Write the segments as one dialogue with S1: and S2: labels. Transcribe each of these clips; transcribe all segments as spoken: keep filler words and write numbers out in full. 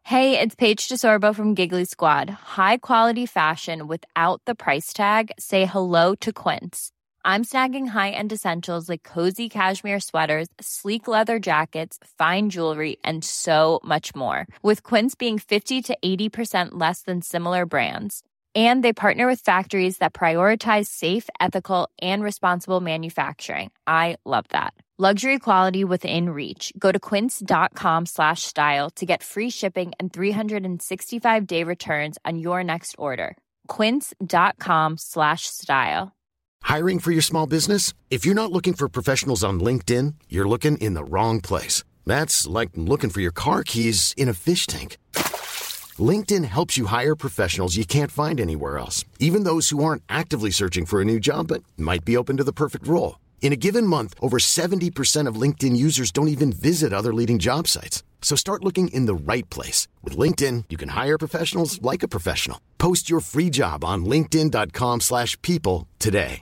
S1: Hey, it's Paige DeSorbo from Giggly Squad. High quality fashion without the price tag. Say hello to Quince. I'm snagging high-end essentials like cozy cashmere sweaters, sleek leather jackets, fine jewelry, and so much more. With Quince being fifty to eighty percent less than similar brands. And they partner with factories that prioritize safe, ethical, and responsible manufacturing. I love that. Luxury quality within reach. Go to quince.com slash style to get free shipping and three sixty-five day returns on your next order. Quince.com slash style.
S2: Hiring for your small business? If you're not looking for professionals on LinkedIn, you're looking in the wrong place. That's like looking for your car keys in a fish tank. LinkedIn helps you hire professionals you can't find anywhere else, even those who aren't actively searching for a new job but might be open to the perfect role. In a given month, over seventy percent of LinkedIn users don't even visit other leading job sites. So start looking in the right place. With LinkedIn, you can hire professionals like a professional. Post your free job on linkedin.com slash people today.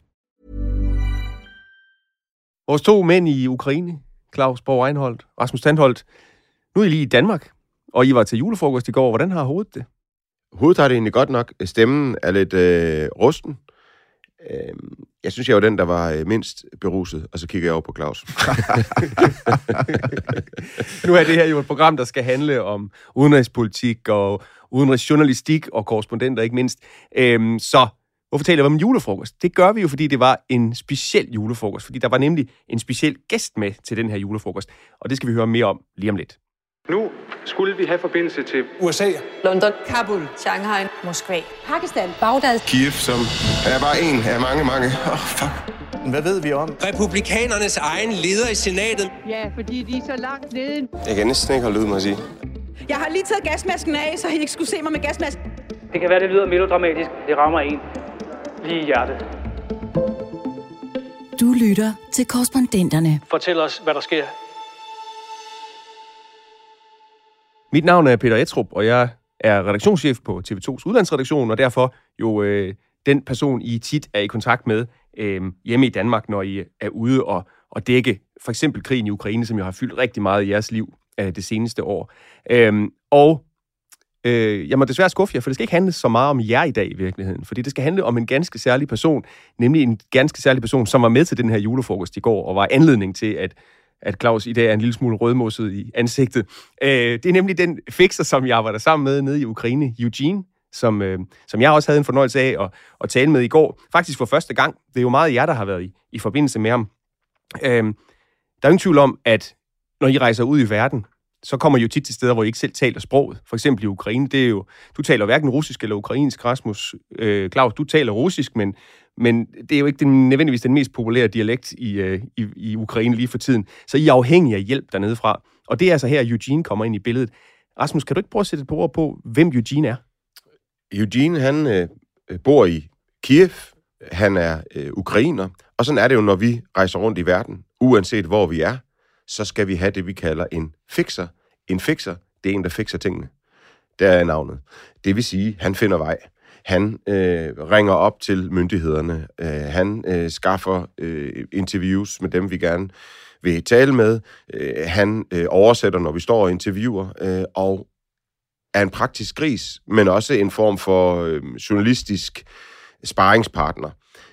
S3: Vores to mænd i Ukraine, Claus Borg Einholdt, Rasmus Tandholt, nu er I lige i Danmark, og I var til julefrokost i går. Hvordan har hovedet det?
S4: Hovedet har det egentlig godt nok. Stemmen er lidt øh, rusten. Øh, jeg synes, jeg var den, der var øh, mindst beruset, og så kigger jeg over på Claus.
S3: Nu er det her jo et program, der skal handle om udenrigspolitik og udenrigsjournalistik og korrespondenter ikke mindst. Øh, så hvorfor taler vi om julefrokost? Det gør vi jo, fordi det var en speciel julefrokost, fordi der var nemlig en speciel gæst med til den her julefrokost, og det skal vi høre mere om lige om lidt.
S5: Nu skulle vi have forbindelse til
S6: U S A,
S7: London, Kabul, Shanghai, Moskva, Pakistan, Bagdad,
S6: Kiev, som er bare en af mange, mange. Åh, oh, fuck. Hvad ved vi om?
S8: Republikanernes egen leder i senatet.
S9: Ja, fordi de er så langt nede.
S4: Jeg kan næsten ikke holde ud, må jeg sige.
S7: Jeg har lige taget gasmasken af, så I ikke skulle se mig med gasmasken.
S10: Det kan være, det lyder melodramatisk. Det rammer en lige i hjertet.
S11: Du lytter til Korrespondenterne.
S10: Fortæl os, hvad der sker.
S3: Mit navn er Peter Etrup, og jeg er redaktionschef på T V to's udlandsredaktion, og derfor jo øh, den person, I tit er i kontakt med øh, hjemme i Danmark, når I er ude og, og dække for eksempel krigen i Ukraine, som jo har fyldt rigtig meget i jeres liv øh, det seneste år. Øh, og øh, jeg må desværre skuffe jer, for det skal ikke handle så meget om jer i dag i virkeligheden, fordi det skal handle om en ganske særlig person, nemlig en ganske særlig person, som var med til den her julefrokost i går, og var anledning til, at at Claus i dag er en lille smule rødmosset i ansigtet. Øh, det er nemlig den fikser, som jeg var der sammen med nede i Ukraine, Eugene, som, øh, som jeg også havde en fornøjelse af at, at tale med i går. Faktisk for første gang. Det er jo meget jer, der har været i, i forbindelse med ham. Øh, der er ingen tvivl om, at når I rejser ud i verden, så kommer I jo tit til steder, hvor I ikke selv taler sproget. For eksempel i Ukraine, det er jo, du taler hverken russisk eller ukrainsk, Rasmus. Øh, Claus, du taler russisk, men Men det er jo ikke den, nødvendigvis den mest populære dialekt i, øh, i, i Ukraine lige for tiden. Så I er afhængige af hjælp dernede fra. Og det er altså her, Eugene kommer ind i billedet. Rasmus, kan du ikke prøve at sætte et par ord på, hvem Eugene er?
S4: Eugene, han øh, bor i Kiev. Han er øh, ukrainer. Og sådan er det jo, når vi rejser rundt i verden. Uanset hvor vi er, så skal vi have det, vi kalder en fikser. En fikser, det er en, der fikser tingene. Der er navnet. Det vil sige, han finder vej. Han øh, ringer op til myndighederne. Øh, han øh, skaffer øh, interviews med dem, vi gerne vil tale med. Øh, han øh, oversætter, når vi står og interviewer, øh, og er en praktisk gris, men også en form for øh, journalistisk sparringspartner.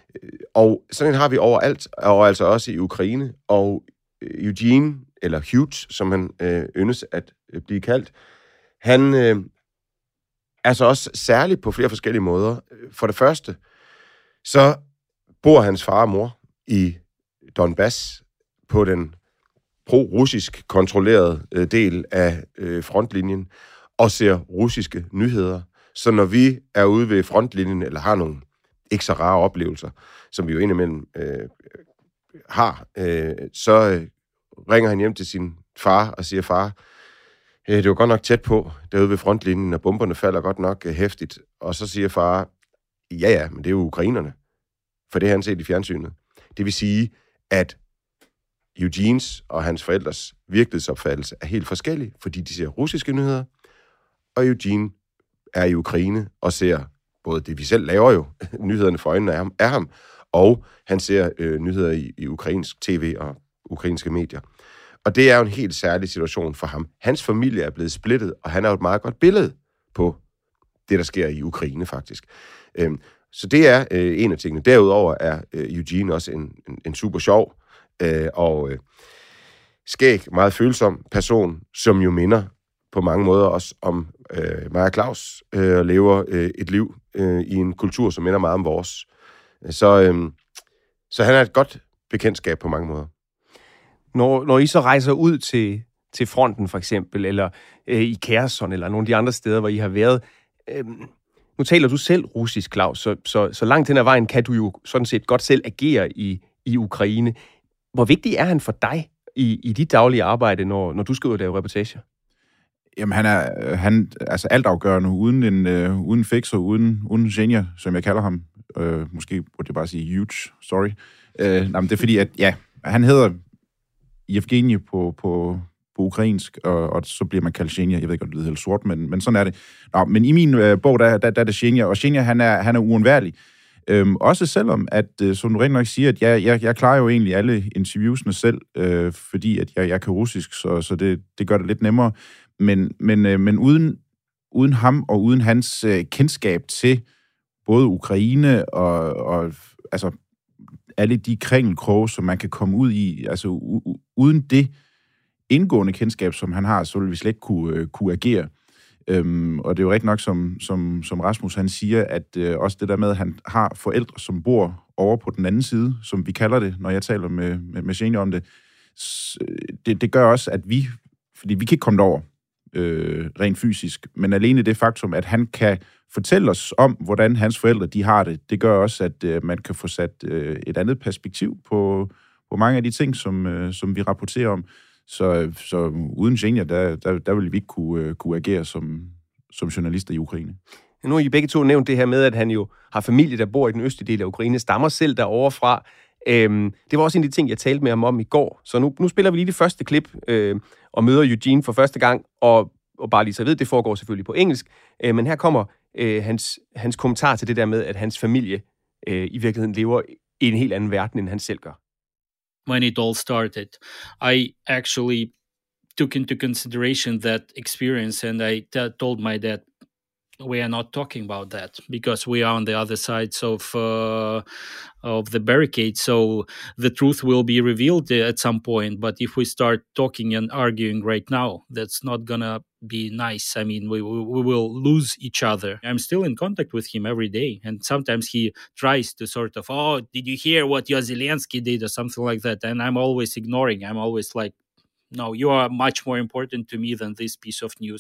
S4: Og sådan en har vi overalt, og altså også i Ukraine. Og Eugene, eller Hugh, som han øh, yndes at øh, blive kaldt, han øh, altså også særligt på flere forskellige måder. For det første, så bor hans far og mor i Donbass på den pro-russisk kontrollerede øh, del af øh, frontlinjen og ser russiske nyheder. Så når vi er ude ved frontlinjen, eller har nogle ikke så rare oplevelser, som vi jo indimellem øh, har, øh, så øh, ringer han hjem til sin far og siger, far, øh, det var godt nok tæt på derude ved frontlinjen, og bomberne falder godt nok øh, hæftigt. Og så siger far, ja ja, men det er jo ukrainerne. For det har han set i fjernsynet. Det vil sige, at Eugenes og hans forældres virkelighedsopfattelse er helt forskellig, fordi de ser russiske nyheder, og Eugene er i Ukraine og ser både det, vi selv laver jo, nyhederne for øjnene af ham, af ham og han ser øh, nyheder i, i ukrainsk tv og ukrainske medier. Og det er jo en helt særlig situation for ham. Hans familie er blevet splittet, og han er jo et meget godt billede på det, der sker i Ukraine, faktisk. Øhm, så det er øh, en af tingene. Derudover er øh, Eugene også en, en, en super sjov øh, og øh, skæg, meget følsom person, som jo minder på mange måder også om øh, mig og Claus, øh, og lever øh, et liv øh, i en kultur, som minder meget om vores. Så, øh, så han er et godt bekendtskab på mange måder.
S3: Når, når I så rejser ud til, til fronten for eksempel, eller øh, i Kherson, eller nogle af de andre steder, hvor I har været, øh, nu taler du selv russisk, Claus, så, så, så langt hen ad vejen kan du jo sådan set godt selv agere i, i Ukraine. Hvor vigtig er han for dig i, i dit daglige arbejde, når, når du skal ud og lave reportager?
S12: Jamen, han er han, altså altafgørende, uden en øh, uden fix og uden, uden genier, som jeg kalder ham. Øh, måske burde jeg bare sige huge, sorry. Øh, nej, men det er fordi, at ja, han hedder Evgeni på, på, på ukrainsk, og, og så bliver man kaldt Genia. Jeg ved ikke, om det hedder helt sort, men, men sådan er det. Nå, men i min øh, bog, der, der, der er det Genia, og Genia, han er, han er uundværlig. Øhm, også selvom, at, øh, som du rent nok siger, at jeg, jeg, jeg klarer jo egentlig alle interviewsene selv, øh, fordi at jeg, jeg kan russisk, så, så det, det gør det lidt nemmere. Men, men, øh, men uden, uden ham og uden hans øh, kendskab til både Ukraine og, og altså, alle de kringelkroge, som man kan komme ud i, altså u- uden det indgående kendskab, som han har, så vil vi slet ikke kunne, øh, kunne agere. Øhm, og det er jo rigtig nok, som, som, som Rasmus han siger, at øh, også det der med, at han har forældre, som bor over på den anden side, som vi kalder det, når jeg taler med, med, med Genia om det, det, det gør også, at vi, fordi vi kan ikke komme derover øh, rent fysisk, men alene det faktum, at han kan fortælle os om, hvordan hans forældre de har det, det gør også, at øh, man kan få sat øh, et andet perspektiv på, på mange af de ting, som, øh, som vi rapporterer om. Så, så uden Genia, der, der, der ville vi ikke kunne, kunne agere som, som journalister i Ukraine.
S3: Nu har I begge to nævnt det her med, at han jo har familie, der bor i den østlige del af Ukraine, stammer selv derovre fra. Øhm, det var også en af de ting, jeg talte med ham om i går. Så nu, nu spiller vi lige det første klip øh, og møder Eugene for første gang, og, og bare lige så ved, det foregår selvfølgelig på engelsk. Øh, men her kommer øh, hans, hans kommentar til det der med, at hans familie øh, i virkeligheden lever i en helt anden verden, end han selv gør.
S13: When it all started, I actually took into consideration that experience, and I t- told my dad, we are not talking about that because we are on the other sides of uh, of the barricade. So the truth will be revealed at some point. But if we start talking and arguing right now, that's not gonna be nice. I mean, we, we we will lose each other. I'm still in contact with him every day, and sometimes he tries to sort of, oh, did you hear what your Zelensky did or something like that? And I'm always ignoring. I'm always like, no, you are much more important to me than this piece of news.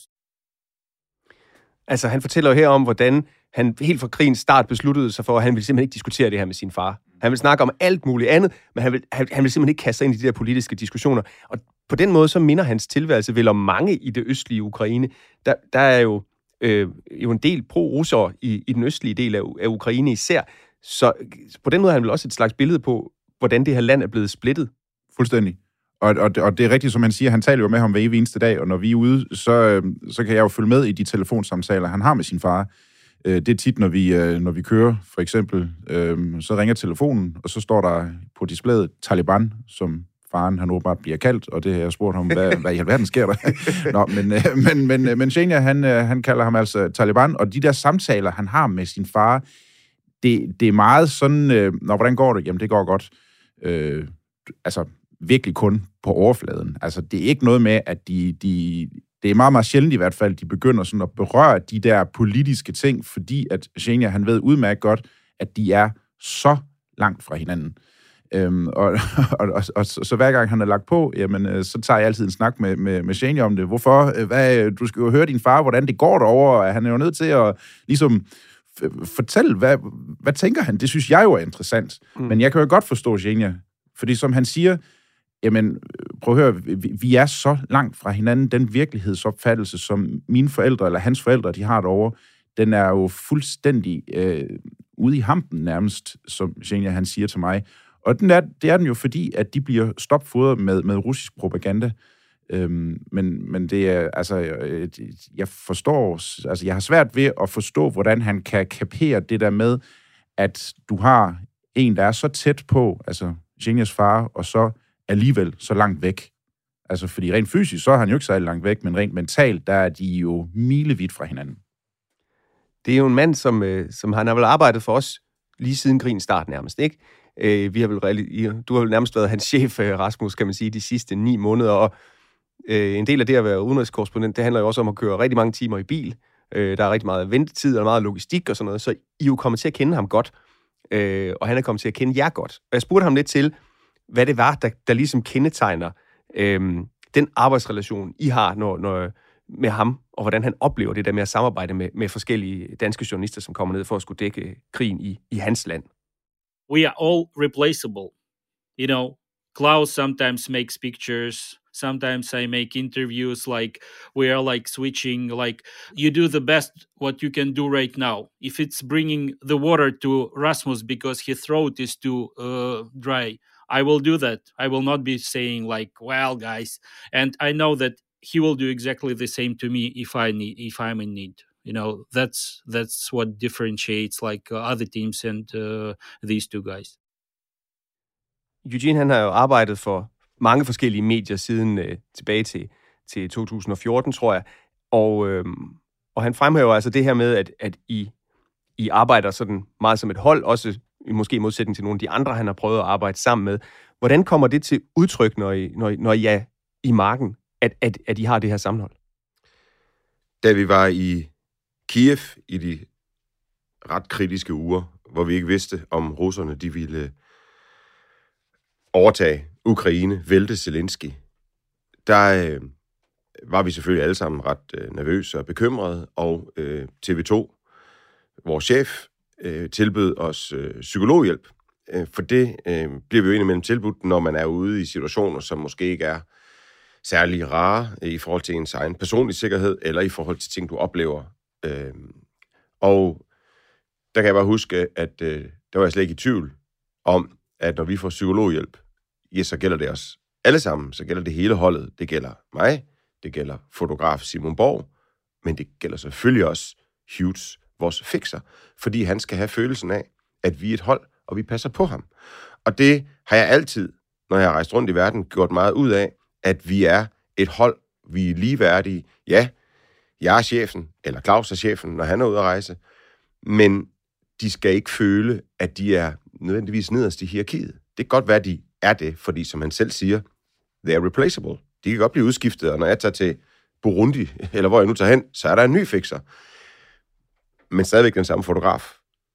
S3: Altså, han fortæller jo her om, hvordan han helt fra krigens start besluttede sig for, at han ville simpelthen ikke diskutere det her med sin far. Han vil snakke om alt muligt andet, men han vil, han, han vil simpelthen ikke kaste sig ind i de der politiske diskussioner. Og på den måde, så minder hans tilværelse vel om mange i det østlige Ukraine. Der, der er jo, øh, jo en del pro-russere i, i den østlige del af, af Ukraine især. Så på den måde er han vel også et slags billede på, hvordan det her land er blevet splittet.
S12: Fuldstændig. Og, og, og det er rigtigt, som han siger, han taler jo med ham hver evig eneste dag, og når vi er ude, så, så kan jeg jo følge med i de telefonsamtaler, han har med sin far. Det er tit, når vi, når vi kører, for eksempel, så ringer telefonen, og så står der på displayet Taliban, som faren han åbenbart bliver kaldt, og det har jeg spurgt ham, hvad, hvad i alverden sker der? Nå, men, men, men, men Genia, han, han kalder ham altså Taliban, og de der samtaler, han har med sin far, det, det er meget sådan, nå, hvordan går det? Jamen, det går godt. Øh, altså, virkelig kun på overfladen. Altså, det er ikke noget med, at de, de... Det er meget, meget sjældent i hvert fald, de begynder sådan at berøre de der politiske ting, fordi at Genia, han ved udmærket godt, at de er så langt fra hinanden. Øhm, og, og, og, og så hver gang han er lagt på, jamen, så tager jeg altid en snak med, med, med Genia om det. Hvorfor? Hvad, du skal jo høre din far, hvordan det går derovre, og han er jo nødt til at ligesom fortælle, hvad, hvad tænker han? Det synes jeg jo er interessant. Mm. Men jeg kan jo godt forstå Genia, fordi som han siger, jamen, prøv at høre, vi, vi er så langt fra hinanden. Den virkelighedsopfattelse, som mine forældre, eller hans forældre, de har derovre, den er jo fuldstændig øh, ude i hampen nærmest, som Genia, han siger til mig. Og den er, det er den jo, fordi, at de bliver stopfodret med, med russisk propaganda. Øhm, men, men det er, altså, jeg forstår, altså, jeg har svært ved at forstå, hvordan han kan kapere det der med, at du har en, der er så tæt på, altså Genias far, og så alligevel så langt væk. Altså, fordi rent fysisk, så er han jo ikke særlig langt væk, men rent mentalt, der er de jo milevidt fra hinanden.
S3: Det er jo en mand, som, øh, som han har vel arbejdet for os lige siden krigens start nærmest, ikke? Øh, vi har vel, du har vel nærmest været hans chef, Rasmus, kan man sige, de sidste ni måneder, og øh, en del af det at være udenrigskorrespondent, det handler jo også om at køre rigtig mange timer i bil. Øh, der er rigtig meget ventetid og meget logistik og sådan noget, så I er jo kommet til at kende ham godt, øh, og han er kommet til at kende jer godt. Og jeg spurgte ham lidt til, hvad det var, der, der ligesom kendetegner øh, den arbejdsrelation, I har når, når, med ham, og hvordan han oplever det der med at samarbejde med, med forskellige danske journalister, som kommer ned for at skulle dække krigen i, i hans land.
S13: We are all replaceable. You know, Klaus sometimes makes pictures. Sometimes I make interviews, like we are like switching, like you do the best what you can do right now. If it's bringing the water to Rasmus because his throat is too uh, dry, I will do that. I will not be saying like, well, guys, and I know that he will do exactly the same to me if I need, if I'm in need. You know, that's that's what differentiates like uh, other teams and uh, these two guys.
S3: Eugene, han har jo arbejdet for mange forskellige medier siden øh, tilbage til, til to tusind og fjorten, tror jeg. Og, øh, og han fremhæver altså det her med, at, at I, I arbejder sådan meget som et hold, også måske i modsætning til nogle af de andre, han har prøvet at arbejde sammen med. Hvordan kommer det til udtryk, når I, når I, når I er i marken, at, at, at I har det her sammenhold?
S4: Da vi var i Kiev i de ret kritiske uger, hvor vi ikke vidste, om russerne de ville overtage Ukraine, vælte Zelensky, der øh, var vi selvfølgelig alle sammen ret øh, nervøse og bekymrede, og øh, T V to, vores chef, øh, tilbød os øh, psykologhjælp, øh, for det øh, bliver vi jo indimellem tilbudt, når man er ude i situationer, som måske ikke er særlig rare øh, i forhold til ens egen personlig sikkerhed, eller i forhold til ting, du oplever. Øh, og der kan jeg bare huske, at øh, der var jeg slet ikke i tvivl om, at når vi får psykologhjælp, ja, så gælder det os alle sammen. Så gælder det hele holdet. Det gælder mig, det gælder fotograf Simon Borg, men det gælder selvfølgelig også Hughes, vores fixer, fordi han skal have følelsen af, at vi er et hold, og vi passer på ham. Og det har jeg altid, når jeg har rejst rundt i verden, gjort meget ud af, at vi er et hold, vi er ligeværdige. Ja, jeg er chefen, eller Klaus er chefen, når han er ude at rejse, men de skal ikke føle, at de er nødvendigvis nederst i hierarkiet. Det kan godt være, at de er det, fordi som han selv siger, they are replaceable. De kan godt blive udskiftet, og når jeg tager til Burundi, eller hvor jeg nu tager hen, så er der en ny fixer. Men stadigvæk den samme fotograf.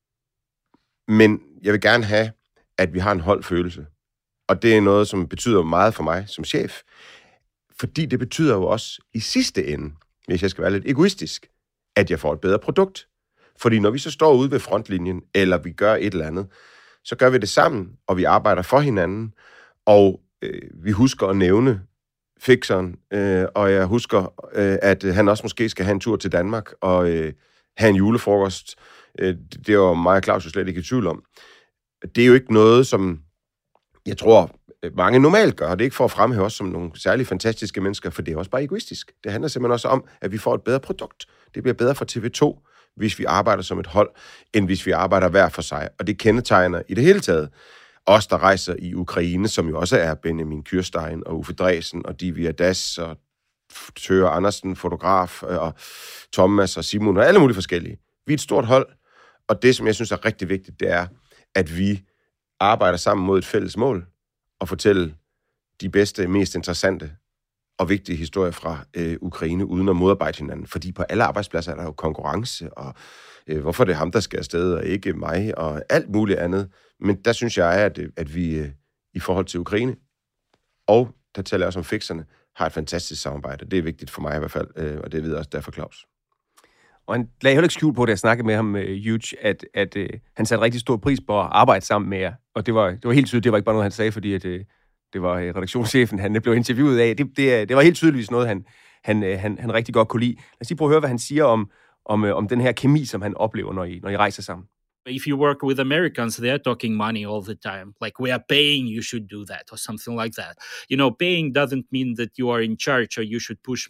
S4: Men jeg vil gerne have, at vi har en holdfølelse. Og det er noget, som betyder meget for mig som chef. Fordi det betyder jo også i sidste ende, hvis jeg skal være lidt egoistisk, at jeg får et bedre produkt. Fordi når vi så står ude ved frontlinjen, eller vi gør et eller andet, så gør vi det sammen, og vi arbejder for hinanden, og øh, vi husker at nævne fixeren, øh, og jeg husker, øh, at han også måske skal have en tur til Danmark, og øh, have en julefrokost. Øh, det var mig og Claus jo slet ikke i tvivl om. Det er jo ikke noget, som jeg tror, mange normalt gør. Det er ikke for at fremhæve os som nogle særlig fantastiske mennesker, for det er også bare egoistisk. Det handler simpelthen også om, at vi får et bedre produkt. Det bliver bedre for T V to, hvis vi arbejder som et hold, end hvis vi arbejder hver for sig. Og det kendetegner i det hele taget os, der rejser i Ukraine, som jo også er Benjamin Kyrstein og Uffe Dresen og Divya Das og Tøre Andersen, fotograf, og Thomas og Simon og alle mulige forskellige. Vi er et stort hold, og det, som jeg synes er rigtig vigtigt, det er, at vi arbejder sammen mod et fælles mål og fortælle de bedste, mest interessante og vigtige historier fra øh, Ukraine, uden at modarbejde hinanden. Fordi på alle arbejdspladser er der jo konkurrence, og øh, hvorfor det er ham, der skal afsted, og ikke mig, og alt muligt andet. Men der synes jeg, at, at vi øh, i forhold til Ukraine, og der taler jeg også om fixerne, har et fantastisk samarbejde. Det er vigtigt for mig i hvert fald, øh, og det ved jeg også derfor Claus.
S3: Og han lagde heller ikke skjul på, da jeg snakkede med ham, uh, Huge, at, at uh, han satte rigtig stor pris på at arbejde sammen med jer. Og det var, det var helt tydeligt, det var ikke bare noget, han sagde, fordi at, uh, det var uh, redaktionschefen, han blev interviewet af. Det, det, det var helt tydeligvis noget, han, han, uh, han, han rigtig godt kunne lide. Lad os lige prøve at høre, hvad han siger om, om, uh, om den her kemi, som han oplever, når I, når I rejser sammen.
S13: If you work with Americans, they are talking money all the time. Like, we are paying, you should do that, or something like that. You know, paying doesn't mean that you are in charge or you should push me.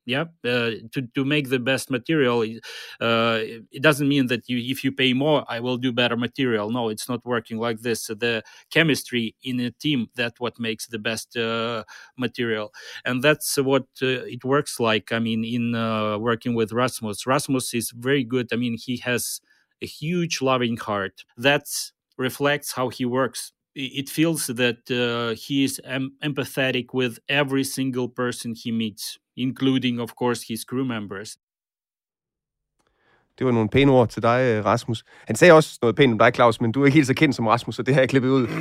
S13: Yeah, uh, to to make the best material, uh, it doesn't mean that you, if you pay more, I will do better material. No, it's not working like this. The chemistry in a team, that's what makes the best uh, material, and that's what uh, it works like. I mean, in uh, working with Rasmus, Rasmus is very good. I mean, he has a huge loving heart. That reflects how he works. It feels that uh, he is em- empathetic with every single person he meets, including, of course, his crew members.
S3: Det var nogle pæne ord til dig, Rasmus. Han sagde også noget pænt om dig, Claus, men du er ikke helt så kendt som Rasmus, så det har jeg klippet ud.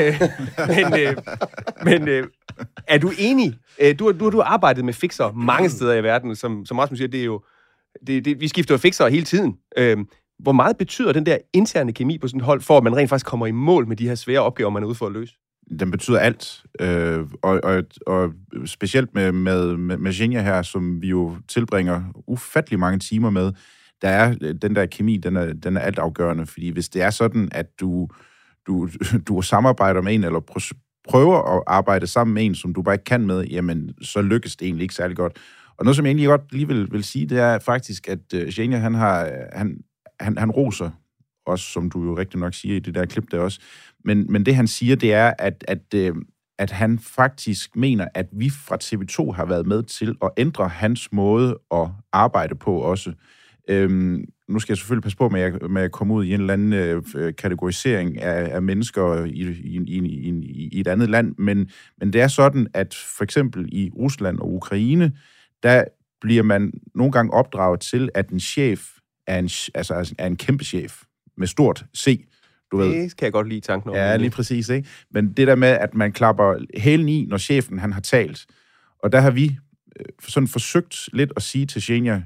S3: men øh, men øh, er du enig? Du, du, du har arbejdet med fixer mange steder i verden, som, som Rasmus siger, det er jo, det, det, vi skifter jo fixer hele tiden. Øh, Hvor meget betyder den der interne kemi på sådan et hold, for at man rent faktisk kommer i mål med de her svære opgaver, man er ude for at løse?
S12: Den betyder alt. Øh, og, og, og specielt med, med, med, med Genia her, som vi jo tilbringer ufattelig mange timer med, der er den der kemi, den er, den er altafgørende. Fordi hvis det er sådan, at du, du, du samarbejder med en, eller prøver at arbejde sammen med en, som du bare ikke kan med, jamen, så lykkes det egentlig ikke særlig godt. Og noget, som jeg egentlig godt lige vil, vil sige, det er faktisk, at Genia, han har... Han, Han, han roser også, som du jo rigtig nok siger i det der klip der også. Men, men det, han siger, det er, at, at, øh, at han faktisk mener, at vi fra T V to har været med til at ændre hans måde at arbejde på også. Øhm, nu skal jeg selvfølgelig passe på med at, med at komme ud i en eller anden øh, kategorisering af, af mennesker i, i, i, i, i et andet land, men, men det er sådan, at for eksempel i Rusland og Ukraine, der bliver man nogle gange opdraget til, at en chef er en, altså, er en kæmpe chef med stort C, du ved.
S3: Det kan jeg godt lide tanken om.
S12: Ja, lige præcis, ikke? Men det der med, at man klapper hælen i, når chefen han har talt, og der har vi øh, sådan forsøgt lidt at sige til Genia,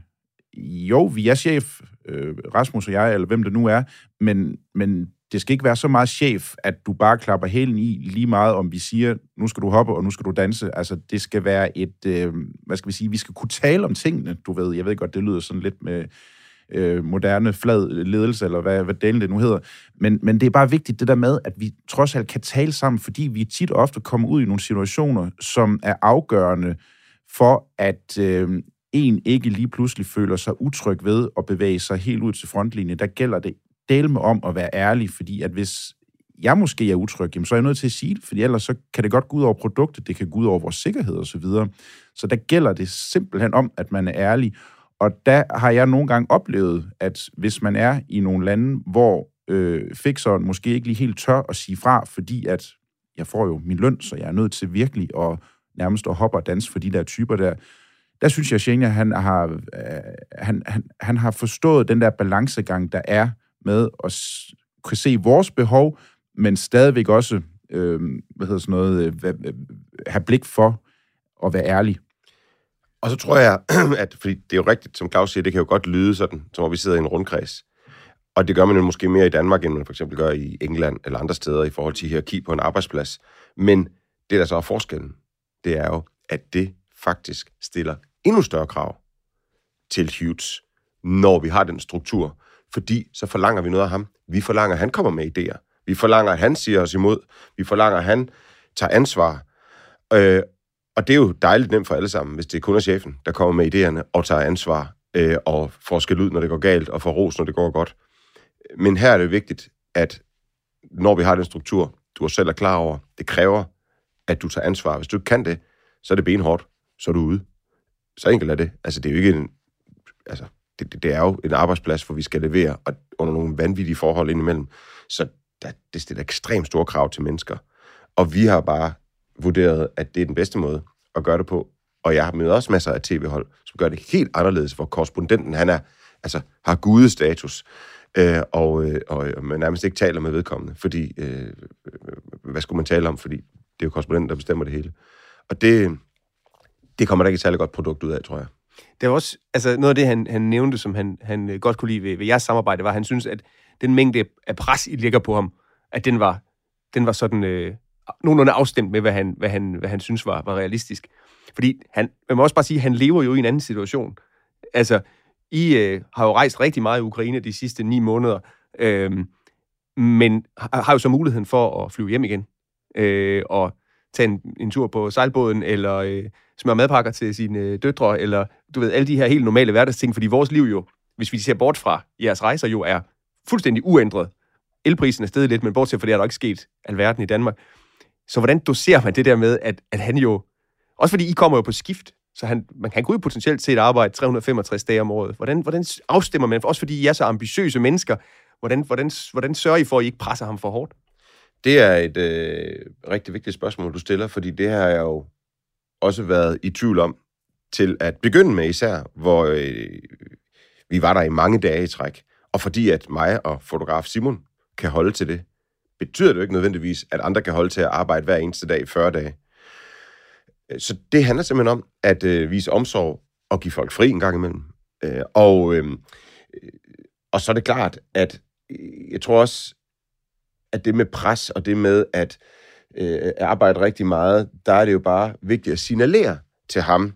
S12: jo, vi er chef, øh, Rasmus og jeg, eller hvem det nu er, men, men det skal ikke være så meget chef, at du bare klapper hælen i lige meget, om vi siger, nu skal du hoppe, og nu skal du danse. Altså, det skal være et, øh, hvad skal vi sige, vi skal kunne tale om tingene, du ved. Jeg ved godt, det lyder sådan lidt med øh, moderne flad ledelse, eller hvad, hvad delen det nu hedder. Men, men det er bare vigtigt, det der med, at vi trods alt kan tale sammen, fordi vi tit og ofte kommer ud i nogle situationer, som er afgørende for, at øh, en ikke lige pludselig føler sig utryg ved at bevæge sig helt ud til frontlinjen. Der gælder det dele med om at være ærlig, fordi at hvis jeg måske er utryg, jamen, så er jeg nødt til at sige det, fordi ellers så kan det godt gå ud over produktet, det kan gå ud over vores sikkerhed og så videre. Så der gælder det simpelthen om, at man er ærlig. Og der har jeg nogle gange oplevet, at hvis man er i nogle lande, hvor øh, fixeren måske ikke lige helt tør at sige fra, fordi at jeg får jo min løn, så jeg er nødt til virkelig at nærmest at hoppe og danse for de der typer der. Der synes jeg, at Genia, han har, øh, han, han, han har forstået den der balancegang, der er med at kunne se vores behov, men stadigvæk også øh, hvad hedder sådan noget, øh, have blik for at være ærlig.
S4: Og så tror jeg, at fordi det er jo rigtigt, som Claus siger, det kan jo godt lyde sådan, som om vi sidder i en rundkreds. Og det gør man jo måske mere i Danmark, end man for eksempel gør i England eller andre steder i forhold til hierarki på en arbejdsplads. Men det, der så er forskellen, det er jo, at det faktisk stiller endnu større krav til Hughes, når vi har den struktur. Fordi så forlanger vi noget af ham. Vi forlanger, at han kommer med idéer. Vi forlanger, at han siger os imod. Vi forlanger, at han tager ansvar. Øh, og det er jo dejligt nemt for alle sammen, hvis det kun er chefen, der kommer med idéerne og tager ansvar øh, og får skæld ud, når det går galt, og får ros, når det går godt. Men her er det vigtigt, at når vi har den struktur, du er selv er klar over, det kræver, at du tager ansvar. Hvis du ikke kan det, så er det benhårdt, så er du ude. Så enkelt er det. Altså, det er jo ikke en... Altså, det, det, det er jo en arbejdsplads, hvor vi skal levere og under nogle vanvittige forhold indimellem. Så der, det stiller ekstremt store krav til mennesker. Og vi har bare vurderet, at det er den bedste måde at gøre det på. Og jeg har mødt også masser af tv-hold, som gør det helt anderledes, hvor korrespondenten, han er, altså, har gudestatus, øh, og, øh, og man nærmest ikke taler med vedkommende, fordi, øh, hvad skulle man tale om, fordi det er jo korrespondenten, der bestemmer det hele. Og det, det kommer der ikke et særligt godt produkt ud af, tror jeg.
S3: Det er også, altså noget af det, han, han nævnte, som han, han godt kunne lide ved, ved jeres samarbejde, var, at han synes, at den mængde af pres, I ligger på ham, at den var, den var sådan øh, nogenlunde afstemt med, hvad han, hvad han, hvad han synes var, var realistisk. Fordi han, man må også bare sige, at han lever jo i en anden situation. Altså, I øh, har jo rejst rigtig meget i Ukraine de sidste ni måneder, øh, men har, har jo så muligheden for at flyve hjem igen, øh, og tage en, en tur på sejlbåden, eller øh, smøre madpakker til sine øh, døtre, eller du ved, alle de her helt normale hverdagsting, fordi vores liv jo, hvis vi ser bort fra jeres rejser, jo er fuldstændig uændret. Elprisen er steget lidt, men bortset fra det er der ikke sket alverden i Danmark. Så hvordan doserer man det der med, at, at han jo... Også fordi I kommer jo på skift, så han, man kan gå ud potentielt set arbejde tre hundrede og femogtres dage om året. Hvordan, hvordan afstemmer man? Også fordi I er så ambitiøse mennesker. Hvordan, hvordan, hvordan sørger I for, at I ikke presser ham for hårdt?
S4: Det er et øh, rigtig vigtigt spørgsmål, du stiller, fordi det har jeg jo også været i tvivl om til at begynde med især, hvor øh, vi var der i mange dage i træk. Og fordi at mig og fotograf Simon kan holde til det, betyder det jo ikke nødvendigvis, at andre kan holde til at arbejde hver eneste dag i fyrre dage. Så det handler simpelthen om at øh, vise omsorg og give folk fri en gang imellem. Øh, og, øh, og så er det klart, at øh, jeg tror også, at det med pres og det med at øh, arbejde rigtig meget, der er det jo bare vigtigt at signalere til ham,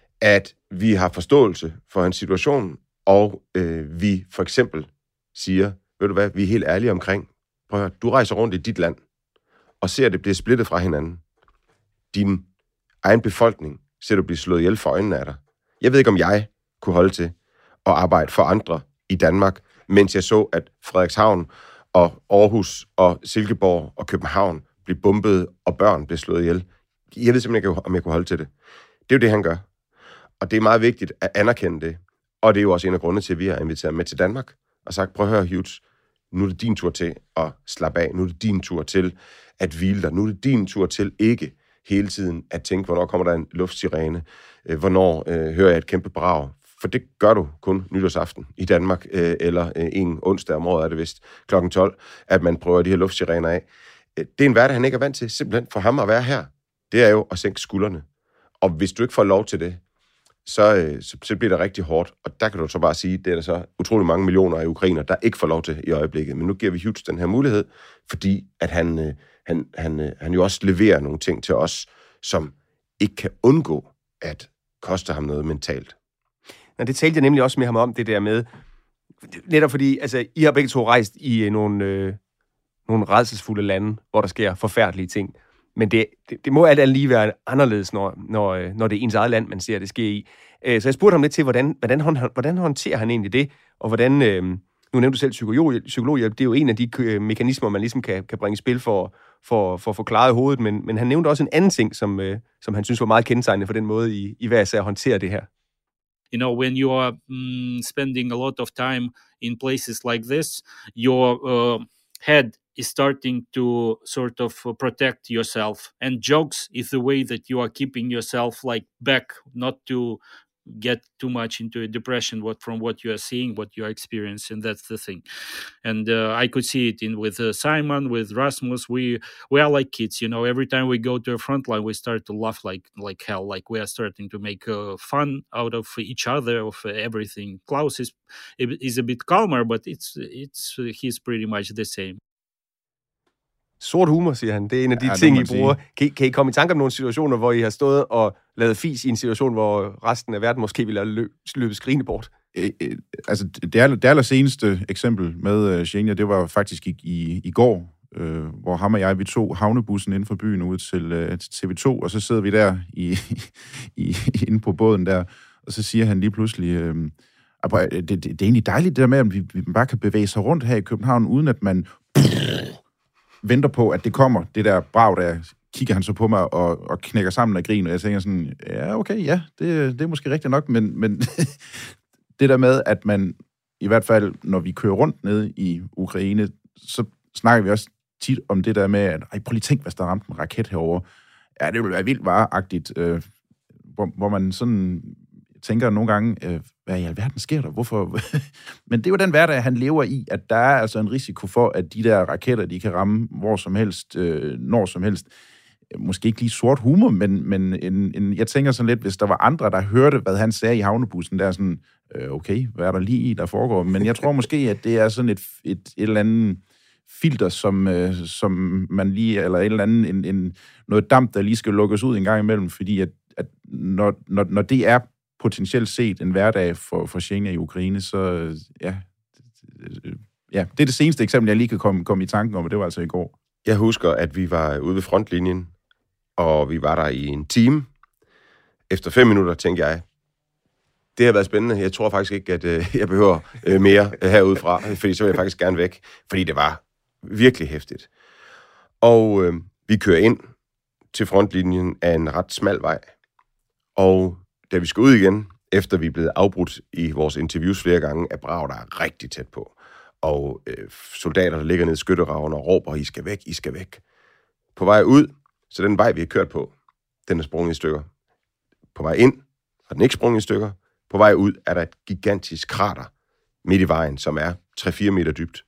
S4: at vi har forståelse for hans situation, og øh, vi for eksempel siger, ved du hvad, vi er helt ærlige omkring, prøv at høre, du rejser rundt i dit land, og ser, at det bliver splittet fra hinanden. Din egen befolkning ser du blive slået ihjel for øjnene af dig. Jeg ved ikke, om jeg kunne holde til at arbejde for andre i Danmark, mens jeg så, at Frederikshavn og Aarhus og Silkeborg og København blev bombet, og børn blev slået ihjel. Jeg ved simpelthen ikke, om jeg kunne holde til det. Det er jo det, han gør. Og det er meget vigtigt at anerkende det. Og det er jo også en af grundene til, at vi har inviteret med til Danmark og sagt, prøv at høre, Hughes, nu er det din tur til at slappe af. Nu er det din tur til at hvile dig. Nu er det din tur til ikke hele tiden at tænke, hvornår kommer der en luftsirene, hvornår øh, hører jeg et kæmpe brag. For det gør du kun nytårsaften i Danmark, øh, eller øh, en onsdag om året er det vist klokken tolv, at man prøver de her luftsirener af. Det er en hverdag, han ikke er vant til, simpelthen for ham at være her. Det er jo at sænke skuldrene. Og hvis du ikke får lov til det, så, øh, så, så bliver det rigtig hårdt. Og der kan du så bare sige, det er der så utrolig mange millioner af ukrainer, der ikke får lov til i øjeblikket. Men nu giver vi Hughes den her mulighed, fordi at han, øh, han, han, øh, han jo også leverer nogle ting til os, som ikke kan undgå at koste ham noget mentalt.
S3: Nå, det talte jeg nemlig også med ham om, det der med, netop fordi, altså, I har begge to rejst i nogle, øh, nogle rædselsfulde lande, hvor der sker forfærdelige ting. Men det, det, det må alt andet lige være anderledes, når, når, når det er ens eget land, man ser det ske i. Øh, så jeg spurgte ham lidt til, hvordan, hvordan, hvordan håndterer han egentlig det, og hvordan, øh, nu nævnte du selv psykolog, psykologhjælp, det er jo en af de øh, mekanismer, man ligesom kan, kan bringe i spil for, for, for at få klaret hovedet, men, men han nævnte også en anden ting, som, øh, som han synes var meget kendetegnende for den måde, I, I hver især håndterer det her.
S13: You know, when you are um, spending a lot of time in places like this, your uh, head is starting to sort of protect yourself. And jokes is the way that you are keeping yourself like back, not to get too much into a depression what, from what you are seeing, what you are experiencing. That's the thing. And uh, I could see it in with uh, Simon, with Rasmus. We we are like kids, you know. Every time we go to a front line, we start to laugh like like hell. Like we are starting to make uh, fun out of each other, of uh, everything. Klaus is is a bit calmer, but it's it's uh, he's pretty much the same.
S3: Sort humor, siger han. Det er en af de ja, ting, I bruger. Kan I, kan I komme i tanke om nogle situationer, hvor I har stået og lavet fis i en situation, hvor resten af verden måske ville have løb, løbet skrigende bort?
S12: Æ, øh, altså, det, aller, det aller seneste eksempel med uh, Xenia, det var faktisk i, i, i går, øh, hvor ham og jeg, vi tog havnebussen inden for byen ud til, øh, til T V to, og så sidder vi der i, i, inde på båden der, og så siger han lige pludselig, øh, det, det, det er egentlig dejligt det der med, at vi, vi bare kan bevæge sig rundt her i København, uden at man venter på, at det kommer, det der brag, der kigger han så på mig og, og knækker sammen af grin, og jeg tænker sådan, ja, okay, ja, det, det er måske rigtigt nok, men, men det der med, at man, i hvert fald, når vi kører rundt nede i Ukraine, så snakker vi også tit om det der med, at, ej, prøv lige tænk, hvis der ramte en raket herover. Ja, det ville være vildt vareagtigt, øh, hvor, hvor man sådan tænker nogle gange, øh, hvad i alverden sker der? Hvorfor? Men det er jo den hverdag, han lever i, at der er altså en risiko for, at de der raketter, de kan ramme hvor som helst, øh, når som helst. Måske ikke lige sort humor, men, men en, en, jeg tænker sådan lidt, hvis der var andre, der hørte, hvad han sagde i havnebussen, der er sådan, øh, okay, hvad er der lige i, der foregår? Men jeg tror måske, at det er sådan et, et, et eller andet filter, som, øh, som man lige, eller et eller andet, en, en, noget damp, der lige skal lukkes ud en gang imellem, fordi at, at når, når, når det er potentielt set en hverdag for, for Xenia i Ukraine, så ja, ja, det er det seneste eksempel, jeg lige kan komme, komme i tanken om, og det var altså i går.
S4: Jeg husker, at vi var ude ved frontlinjen, og vi var der i en time. Efter fem minutter tænkte jeg, det har været spændende. Jeg tror faktisk ikke, at øh, jeg behøver øh, mere øh, herudefra, fordi så vil jeg faktisk gerne væk, fordi det var virkelig hæftigt. Og øh, vi kører ind til frontlinjen af en ret smal vej, og da vi skal ud igen, efter vi er blevet afbrudt i vores interviews flere gange, er Brag, der er rigtig tæt på, og øh, soldater, der ligger nede i skyttegraven og råber, I skal væk, I skal væk. På vej ud, så den vej, vi har kørt på, den er sprunget i stykker. På vej ind, er den ikke sprunget i stykker. På vej ud er der et gigantisk krater midt i vejen, som er tre til fire meter dybt.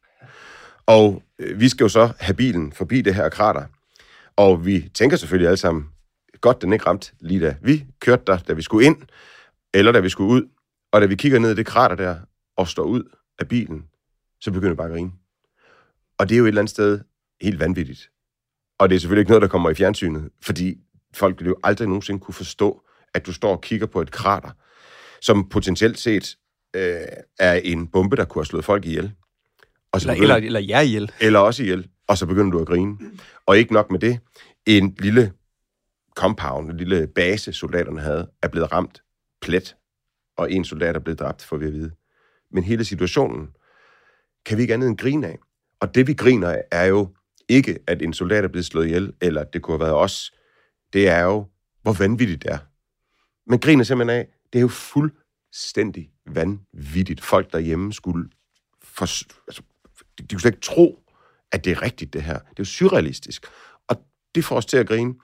S4: Og øh, vi skal jo så have bilen forbi det her krater. Og vi tænker selvfølgelig alle sammen, godt den ikke ramt lige da vi kørte der, da vi skulle ind, eller da vi skulle ud. Og da vi kigger ned i det krater der, og står ud af bilen, så begynder vi bare at grine. Og det er jo et eller andet sted helt vanvittigt. Og det er selvfølgelig ikke noget, der kommer i fjernsynet, fordi folk vil jo aldrig nogensinde kunne forstå, at du står og kigger på et krater, som potentielt set øh, er en bombe, der kunne have slået folk ihjel. Og så
S3: eller,
S4: begynder,
S3: eller, eller jer ihjel.
S4: Eller også ihjel. Og så begynder du at grine. Og ikke nok med det. En lille compound, en lille base, soldaterne havde, er blevet ramt plet. Og en soldat er blevet dræbt, får vi at vide. Men hele situationen kan vi ikke andet end grine af. Og det, vi griner af, er jo ikke, at en soldat er blevet slået ihjel, eller at det kunne have været os. Det er jo, hvor vanvittigt det er. Man griner simpelthen af, det er jo fuldstændig vanvittigt. Folk derhjemme skulle... For, altså, de kunne slet ikke tro, at det er rigtigt, det her. Det er jo surrealistisk. Og det får os til at grine.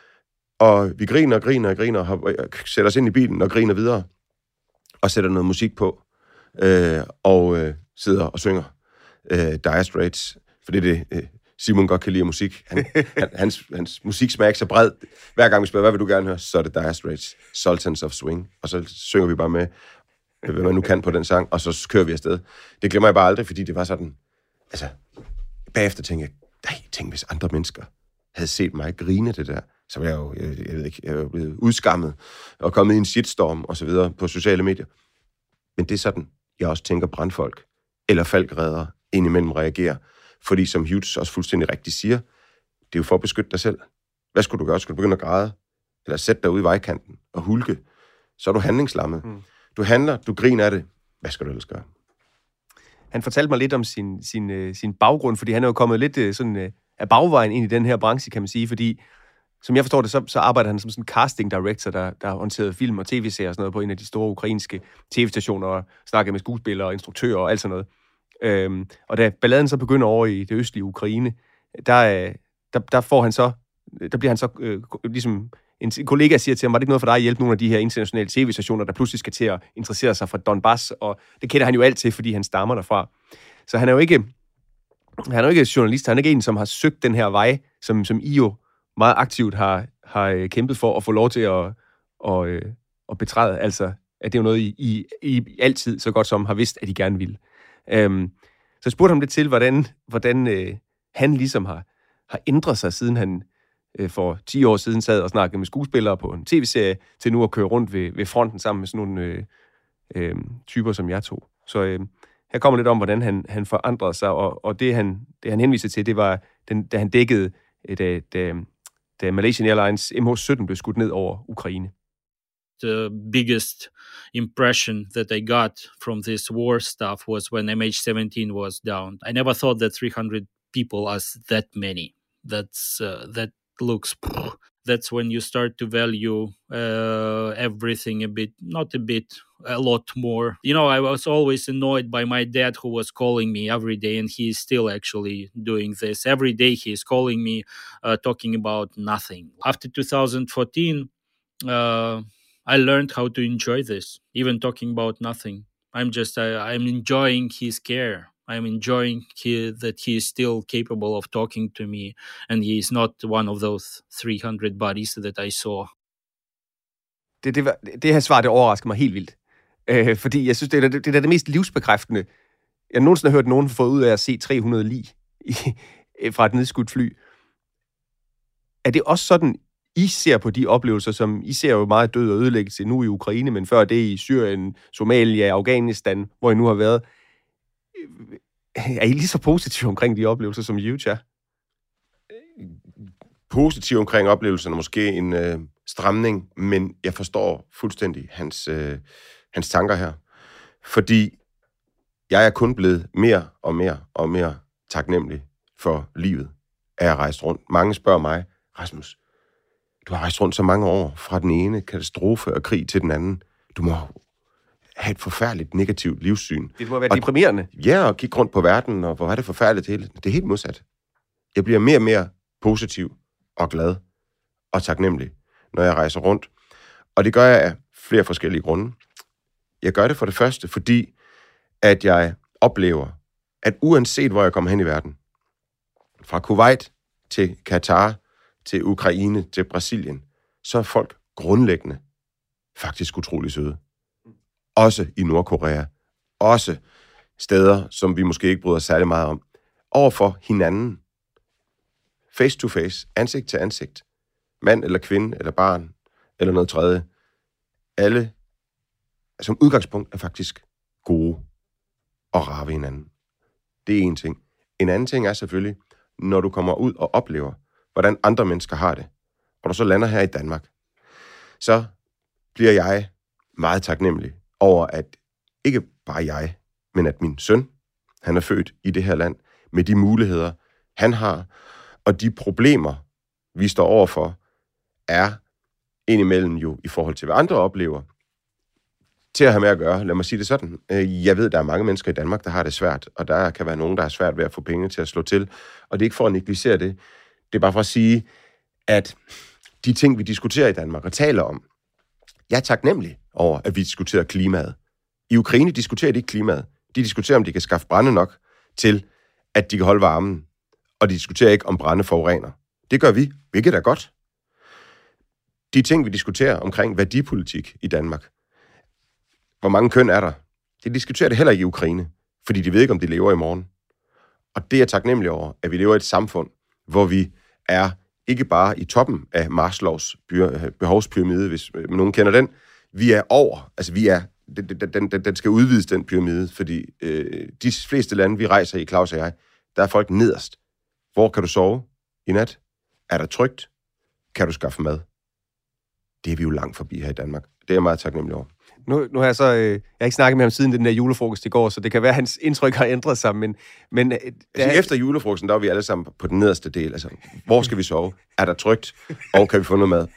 S4: Og vi griner og griner og griner, og sætter os ind i bilen og griner videre. Og sætter noget musik på. Øh, og øh, sidder og synger øh, Dire Straits. For det er det, øh, Simon godt kan lide musik. Han, han, hans, hans musiksmag er ikke så bred. Hver gang vi spørger, hvad vil du gerne høre, så er det Dire Straits, Sultans of Swing. Og så synger vi bare med, hvad man nu kan på den sang, og så kører vi afsted. Det glemmer jeg bare aldrig, fordi det var sådan... Altså, bagefter tænkte jeg, nej, tænk hvis andre mennesker havde set mig grine det der, så var jeg jo, jeg, jeg ved ikke, jeg var blevet udskammet og kommet i en shitstorm og så videre på sociale medier. Men det er sådan, jeg også tænker brandfolk eller falkredder indimellem reagerer. Fordi som Hughes også fuldstændig rigtigt siger, det er jo for at beskytte dig selv. Hvad skulle du gøre? Skulle du begynde at græde? Eller sætte dig ude i vejkanten og hulke? Så er du handlingslammet. Mm. Du handler, du griner af det. Hvad skal du ellers gøre?
S3: Han fortalte mig lidt om sin, sin, sin baggrund, fordi han er jo kommet lidt sådan, af bagvejen ind i den her branche, kan man sige, fordi som jeg forstår det, så, så arbejder han som sådan en casting director, der, der har håndteret film og tv-serier og sådan noget på en af de store ukrainske tv-stationer og snakker med skuespillere og instruktører og alt sådan noget. Øhm, og da balladen så begynder over i det østlige Ukraine, der, der, der får han så, der bliver han så øh, ligesom en kollega siger til ham, var det ikke noget for dig at hjælpe nogle af de her internationale tv-stationer, der pludselig skal til at interessere sig for Donbass, og det kender han jo alt til, fordi han stammer derfra. Så han er jo ikke, han er jo ikke journalist, han er ikke en, som har søgt den her vej, som, som I jo meget aktivt har, har kæmpet for at få lov til at, at, at, at betræde. Altså, at det er jo noget, I, I, I altid så godt som har vidst, at I gerne vil. Øhm, så jeg spurgte ham lidt til, hvordan, hvordan øh, han ligesom har, har ændret sig, siden han øh, for ti år siden sad og snakkede med skuespillere på en tv-serie, til nu at køre rundt ved, ved fronten sammen med sådan nogle øh, øh, typer som jeg to. Så øh, her kommer lidt om, hvordan han, han forandrede sig, og, og det, han, det han henviste til, det var, den, da han dækkede, da, da, da Malaysian Airlines M H sytten blev skudt ned over Ukraine.
S13: The biggest impression that I got from this war stuff was when M H seventeen was down. I never thought that three hundred people was that many. That's uh, that looks. That's when you start to value uh, everything a bit, not a bit, a lot more. You know, I was always annoyed by my dad, who was calling me every day, and he is still actually doing this. Every day he is calling me, uh, talking about nothing. After two thousand fourteen, uh, I learned how to enjoy this, even talking about nothing. I'm just, I, I'm enjoying his care. I'm enjoying he, that he is still capable of talking to me, and he is not one of those three hundred bodies that I saw.
S3: Det, det, var, det her svar, det overrasker mig helt vildt. Øh, fordi jeg synes, det er det, det er det mest livsbekræftende. Jeg har nogensinde hørt nogen få ud af at se tre hundrede lig i, fra et nedskudt fly. Er det også sådan, I ser på de oplevelser, som I ser jo meget død og ødelæggelse nu i Ukraine, men før det i Syrien, Somalia, Afghanistan, hvor I nu har været? Er I lige så positive omkring de oplevelser, som Hughes er?
S4: positiv omkring oplevelserne, måske en øh, stramning, men jeg forstår fuldstændig hans, øh, hans tanker her. Fordi jeg er kun blevet mere og mere og mere taknemmelig for livet, at jeg rejst rundt. Mange spørger mig, Rasmus, du har rejst rundt så mange år, fra den ene katastrofe og krig til den anden. Du må have et forfærdeligt negativt livssyn.
S3: Det må være og, deprimerende.
S4: Ja, og kigge rundt på verden, og hvor er det forfærdeligt hele. Det er helt modsat. Jeg bliver mere og mere positiv og glad og taknemmelig, når jeg rejser rundt. Og det gør jeg af flere forskellige grunde. Jeg gør det for det første, fordi at jeg oplever, at uanset hvor jeg kommer hen i verden, fra Kuwait til Katar, til Ukraine, til Brasilien, så er folk grundlæggende faktisk utrolig søde. Også i Nordkorea. Også steder, som vi måske ikke bryder særlig meget om. Overfor hinanden. Face to face. Ansigt til ansigt. Mand eller kvinde eller barn eller noget tredje. Alle som udgangspunkt er faktisk gode og rare ved hinanden. Det er en ting. En anden ting er selvfølgelig, når du kommer ud og oplever, hvordan andre mennesker har det, og du så lander her i Danmark, så bliver jeg meget taknemmelig over, at ikke bare jeg, men at min søn, han er født i det her land, med de muligheder, han har, og de problemer, vi står overfor, er indimellem jo i forhold til, hvad andre oplever, til at have med at gøre. Lad mig sige det sådan. Jeg ved, der er mange mennesker i Danmark, der har det svært, og der kan være nogen, der er svært ved at få penge til at slå til, og det er ikke for at negligere det. Det er bare for at sige, at de ting, vi diskuterer i Danmark og taler om, jeg er taknemmelig over, at vi diskuterer klimaet. I Ukraine diskuterer de ikke klimaet. De diskuterer, om de kan skaffe brænde nok til, at de kan holde varmen, og de diskuterer ikke, om brænde forurener. Det gør vi, hvilket er godt. De ting, vi diskuterer omkring værdipolitik i Danmark, hvor mange køn er der? De diskuterer det heller ikke i Ukraine, fordi de ved ikke, om de lever i morgen. Og det er jeg taknemmelig over, at vi lever i et samfund, hvor vi er ikke bare i toppen af Maslows behovspyramide, hvis nogen kender den. Vi er over, altså vi er, den, den, den skal udvides, den pyramide, fordi øh, de fleste lande, vi rejser i, Claus og jeg, der er folk nederst. Hvor kan du sove i nat? Er der trygt? Kan du skaffe mad? Det er vi jo langt forbi her i Danmark. Det er jeg meget taknemmelig over.
S3: Nu, nu har jeg så, øh, jeg har ikke snakket med ham siden den der julefrokost i går, så det kan være, at hans indtryk har ændret sig, men... men øh,
S4: altså, er... efter julefrokosten, der var vi alle sammen på den nederste del. Altså, hvor skal vi sove? Er der trygt? Og kan vi få noget mad?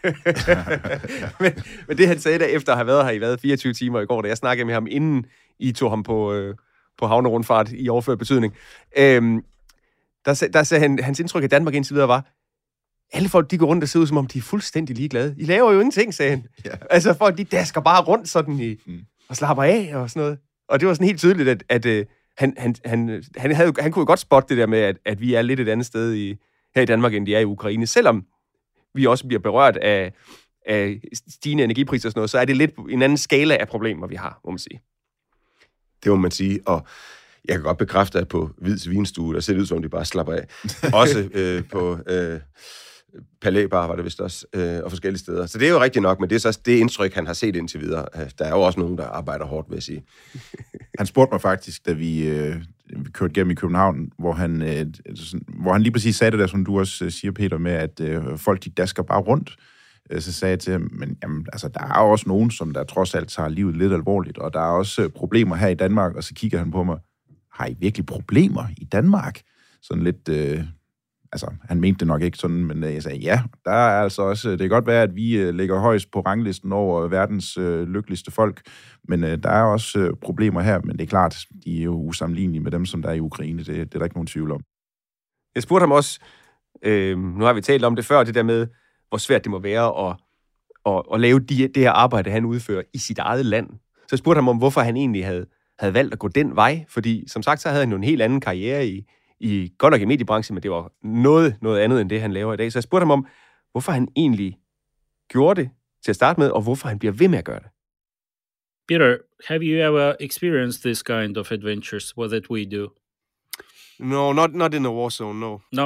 S3: men, men det han sagde der, efter at have været her i hvad, fireogtyve timer i går, da jeg snakkede med ham, inden I tog ham på, øh, på havnerundfart i overført betydning, øh, der, der sagde han, hans indtryk af Danmark indtil videre var, alle folk, de går rundt og ser ud, som om de er fuldstændig ligeglade. I laver jo ingenting, sagde han. Ja. Altså, folk, de dasker bare rundt sådan i, mm. og slapper af og sådan noget. Og det var sådan helt tydeligt, at, at uh, han, han, han, han, havde, han kunne jo godt spotte det der med, at, at vi er lidt et andet sted i, her i Danmark, end de er i Ukraine. Selvom vi også bliver berørt af, af stigende energipriser og sådan noget, så er det lidt en anden skala af problemer, vi har, må man sige.
S4: Det må man sige, og jeg kan godt bekræfte, at på Hvids Vinstue, der ser det ud, som de bare slapper af. Også øh, på... Øh, Palæbar var det vist også, øh, og forskellige steder. Så det er jo rigtigt nok, men det er så det indtryk, han har set indtil videre. Der er jo også nogen, der arbejder hårdt, vil jeg sige.
S12: Han spurgte mig faktisk, da vi, øh, vi kørte gennem i København, hvor han, øh, sådan, hvor han lige præcis sagde det der, som du også siger, Peter, med, at øh, folk, de dasker bare rundt. Så sagde jeg til ham, men jamen, altså, der er jo også nogen, som der trods alt tager livet lidt alvorligt, og der er også øh, problemer her i Danmark, og så kigger han på mig, har I virkelig problemer i Danmark? Sådan lidt... Øh, Altså, han mente det nok ikke sådan, men jeg sagde, ja, der er altså også, det kan godt være, at vi ligger højst på ranglisten over verdens øh, lykkeligste folk, men øh, der er også øh, problemer her, men det er klart, de er jo usammenlignelige med dem, som der er i Ukraine, det, det er der ikke nogen tvivl om.
S3: Jeg spurgte ham også, øh, nu har vi talt om det før, det der med, hvor svært det må være at, at, at lave de, det her arbejde, han udfører i sit eget land. Så jeg spurgte ham om, hvorfor han egentlig havde, havde valgt at gå den vej, fordi som sagt, så havde han jo en helt anden karriere i i godt nok i mediebranchen, men det var noget, noget andet end det, han laver i dag. Så jeg spurgte ham om, hvorfor han egentlig gjorde det til at starte med, og hvorfor han bliver ved med at gøre det.
S13: Peter, have you ever experienced this kind of adventures, what that we do?
S14: No, not not in a war zone, no.
S13: No?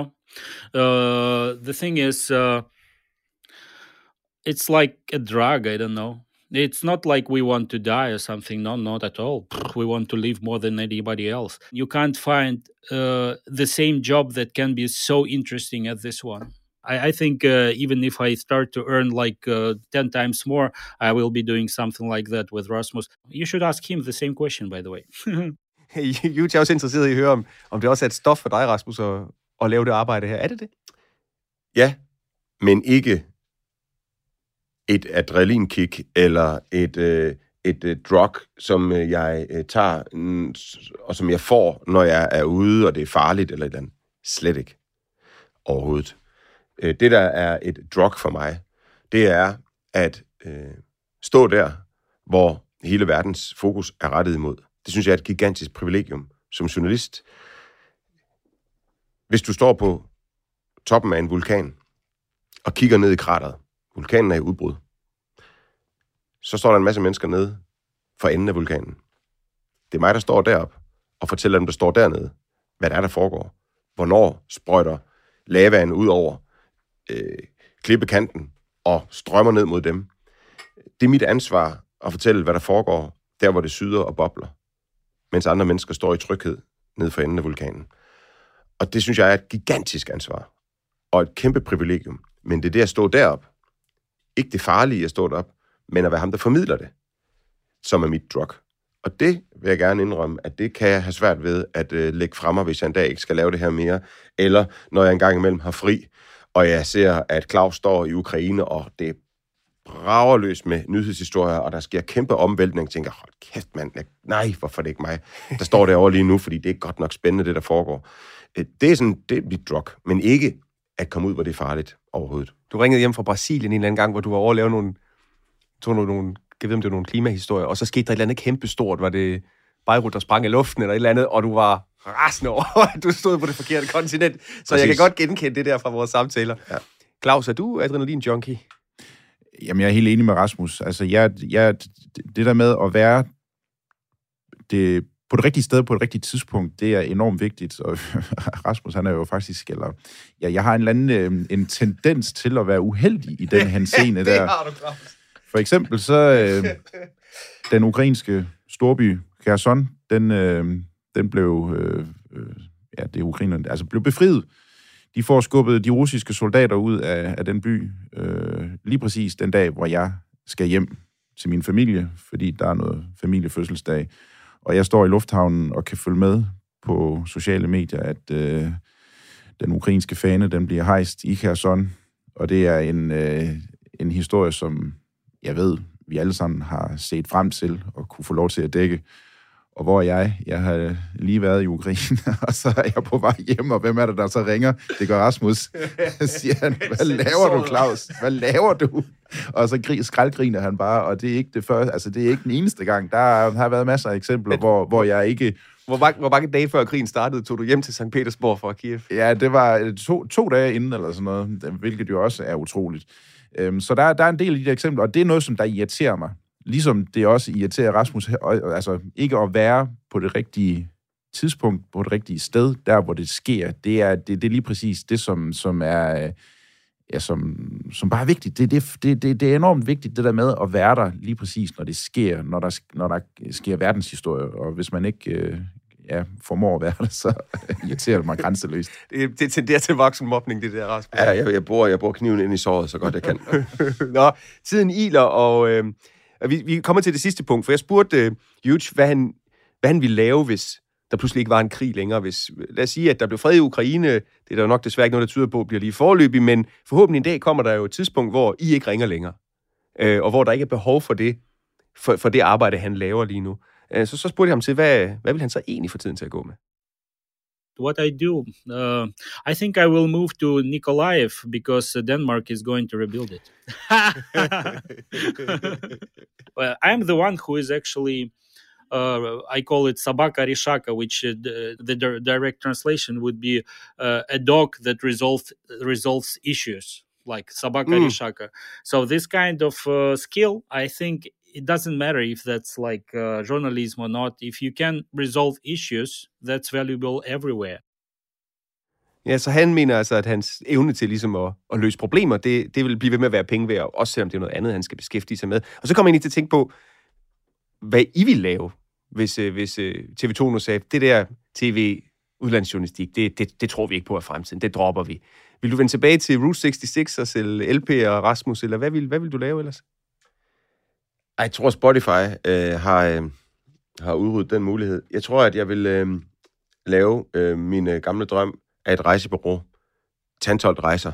S13: Uh, the thing is, uh, it's like a drug, I don't know. It's not like we want to die or something. No, not at all. We want to live more than anybody else. You can't find uh, the same job that can be so interesting as this one. I, I think uh, even if I start to earn like uh, ten times more, I will be doing something like that with Rasmus. You should ask him the same question, by the way.
S3: Huge er også interesseret i at høre, om, om det også er et stof for dig, Rasmus, at, at lave det arbejde her. Er det det?
S4: Ja, men ikke et adrenalinkick eller et, øh, et øh, drug, som øh, jeg øh, tager, mm, og som jeg får, når jeg er ude, og det er farligt eller et eller andet. Slet ikke. Overhovedet. Øh, det, der er et drug for mig, det er at øh, stå der, hvor hele verdens fokus er rettet imod. Det synes jeg er et gigantisk privilegium som journalist. Hvis du står på toppen af en vulkan og kigger ned i krateret, vulkanen er i udbrud, så står der en masse mennesker nede for enden af vulkanen. Det er mig, der står derop og fortæller dem, der står dernede, hvad der er, der foregår. Hvornår sprøjter lavaen ud over øh, klippekanten og strømmer ned mod dem. Det er mit ansvar at fortælle, hvad der foregår der, hvor det syder og bobler, mens andre mennesker står i tryghed ned for enden af vulkanen. Og det synes jeg er et gigantisk ansvar og et kæmpe privilegium. Men det er det at stå derop. Ikke det farlige at stå derop, men at være ham, der formidler det, som er mit drug. Og det vil jeg gerne indrømme, at det kan jeg have svært ved at øh, lægge frem mig, hvis jeg en dag ikke skal lave det her mere. Eller når jeg engang imellem har fri, og jeg ser, at Claus står i Ukraine, og det brager løs med nyhedshistorier, og der sker kæmpe omvæltning. Jeg tænker, hold kæft mand, nej, hvorfor er det ikke mig, der står derovre lige nu, fordi det er godt nok spændende, det der foregår. Det er sådan, det er mit drug, men ikke at komme ud, hvor det er farligt overhovedet.
S3: Du ringede hjem fra Brasilien en eller anden gang, hvor du var over at lave nogle, tog nogle, nogle jeg ved, om det var nogle klimahistorier, og så skete der et eller andet kæmpestort, var det Beirut, der sprang i luften eller et eller andet, og du var rasende over, at du stod på det forkerte kontinent. Så Præcis. Jeg kan godt genkende det der fra vores samtaler. Ja. Claus, er du adrenalin-junkie?
S12: Jamen, jeg er helt enig med Rasmus. Altså, jeg, jeg, det der med at være det, på det rigtige sted på et rigtigt tidspunkt, det er enormt vigtigt. Og Rasmus, han er jo faktisk, eller ja, jeg har en eller anden en tendens til at være uheldig i den henseende der. Det har du, Claus. For eksempel så øh, den ukrainske storby Kherson, den, øh, den blev, øh, ja, det er ukrainerne, altså blev befriet. De får skubbet de russiske soldater ud af, af den by øh, lige præcis den dag, hvor jeg skal hjem til min familie, fordi der er noget familiefødselsdag. Og jeg står i lufthavnen og kan følge med på sociale medier, at øh, den ukrainske fane, den bliver hejst i Kherson. Og det er en, øh, en historie, som jeg ved, vi alle sammen har set frem til at kunne få lov til at dække. Og hvor jeg, jeg har lige været i Ukraine, og så er jeg på vej hjem, og hvem er det, der så ringer? Det gør Rasmus. Siger han, hvad laver du, Claus? Hvad laver du? Og så skraldgriner han bare, og det er ikke det første, altså det er ikke den eneste gang. Der har været masser af eksempler, hvor, hvor jeg ikke...
S3: Hvor mange, hvor mange dage før krigen startede, tog du hjem til Sankt Petersborg fra Kiev?
S12: Ja, det var to, to dage inden, eller sådan noget, hvilket jo også er utroligt. Så der, der er en del af de der eksempler, og det er noget, som der irriterer mig. Ligesom det også irriterer Rasmus, altså ikke at være på det rigtige tidspunkt, på det rigtige sted, der hvor det sker, det er, det, det er lige præcis det, som, som er ja, som, som bare er vigtigt. Det, det, det, det, det er enormt vigtigt, det der med at være der lige præcis, når det sker, når der, når der sker verdenshistorie, og hvis man ikke øh, ja, formår at være der, så irriterer det mig grænseløst.
S3: Det, det tenderer til voksenmobning, det der, Rasmus.
S4: Ja, jeg, jeg, bruger, jeg bruger kniven ind i såret, så godt jeg kan.
S3: Nå, tiden iler, og... Øh, Vi, vi kommer til det sidste punkt, for jeg spurgte uh, Huge, hvad han, hvad han ville lave, hvis der pludselig ikke var en krig længere. Hvis, lad os sige, at der blev fred i Ukraine. Det er der nok desværre ikke noget, der tyder på, bliver lige forløbig, men forhåbentlig en dag kommer der jo et tidspunkt, hvor I ikke ringer længere, uh, og hvor der ikke er behov for det, for, for det arbejde, han laver lige nu. Uh, så, så spurgte jeg ham til, hvad, hvad vil han så egentlig få tiden til at gå med?
S13: What I do, uh, I think I will move to Nikolaev because Denmark is going to rebuild it. Well, I'm the one who is actually, uh, I call it Sabaka Rishaka, which uh, the, the direct translation would be uh, a dog that resolves resolves issues, like Sabaka mm. Rishaka. So this kind of uh, skill, I think, it doesn't matter if that's like uh, journalism or not. If you can resolve issues, that's valuable everywhere.
S3: Ja, så han mener altså, at hans evne til ligesom at, at løse problemer, det, det vil blive ved med at være penge værd, også selvom det er noget andet, han skal beskæftige sig med. Og så kommer jeg ind til at tænke på, hvad I ville lave, hvis, hvis T V to nu sagde, det der T V udlandsjournalistik, det, det, det tror vi ikke på af fremtiden. Det dropper vi. Vil du vende tilbage til Route seksogtres og sælge L P'er og Rasmus, eller hvad vil, hvad vil du lave ellers?
S4: Jeg tror, Spotify øh, har, øh, har udryddet den mulighed. Jeg tror, at jeg vil øh, lave øh, min øh, gamle drøm af et rejsebureau. Tantoldt rejser.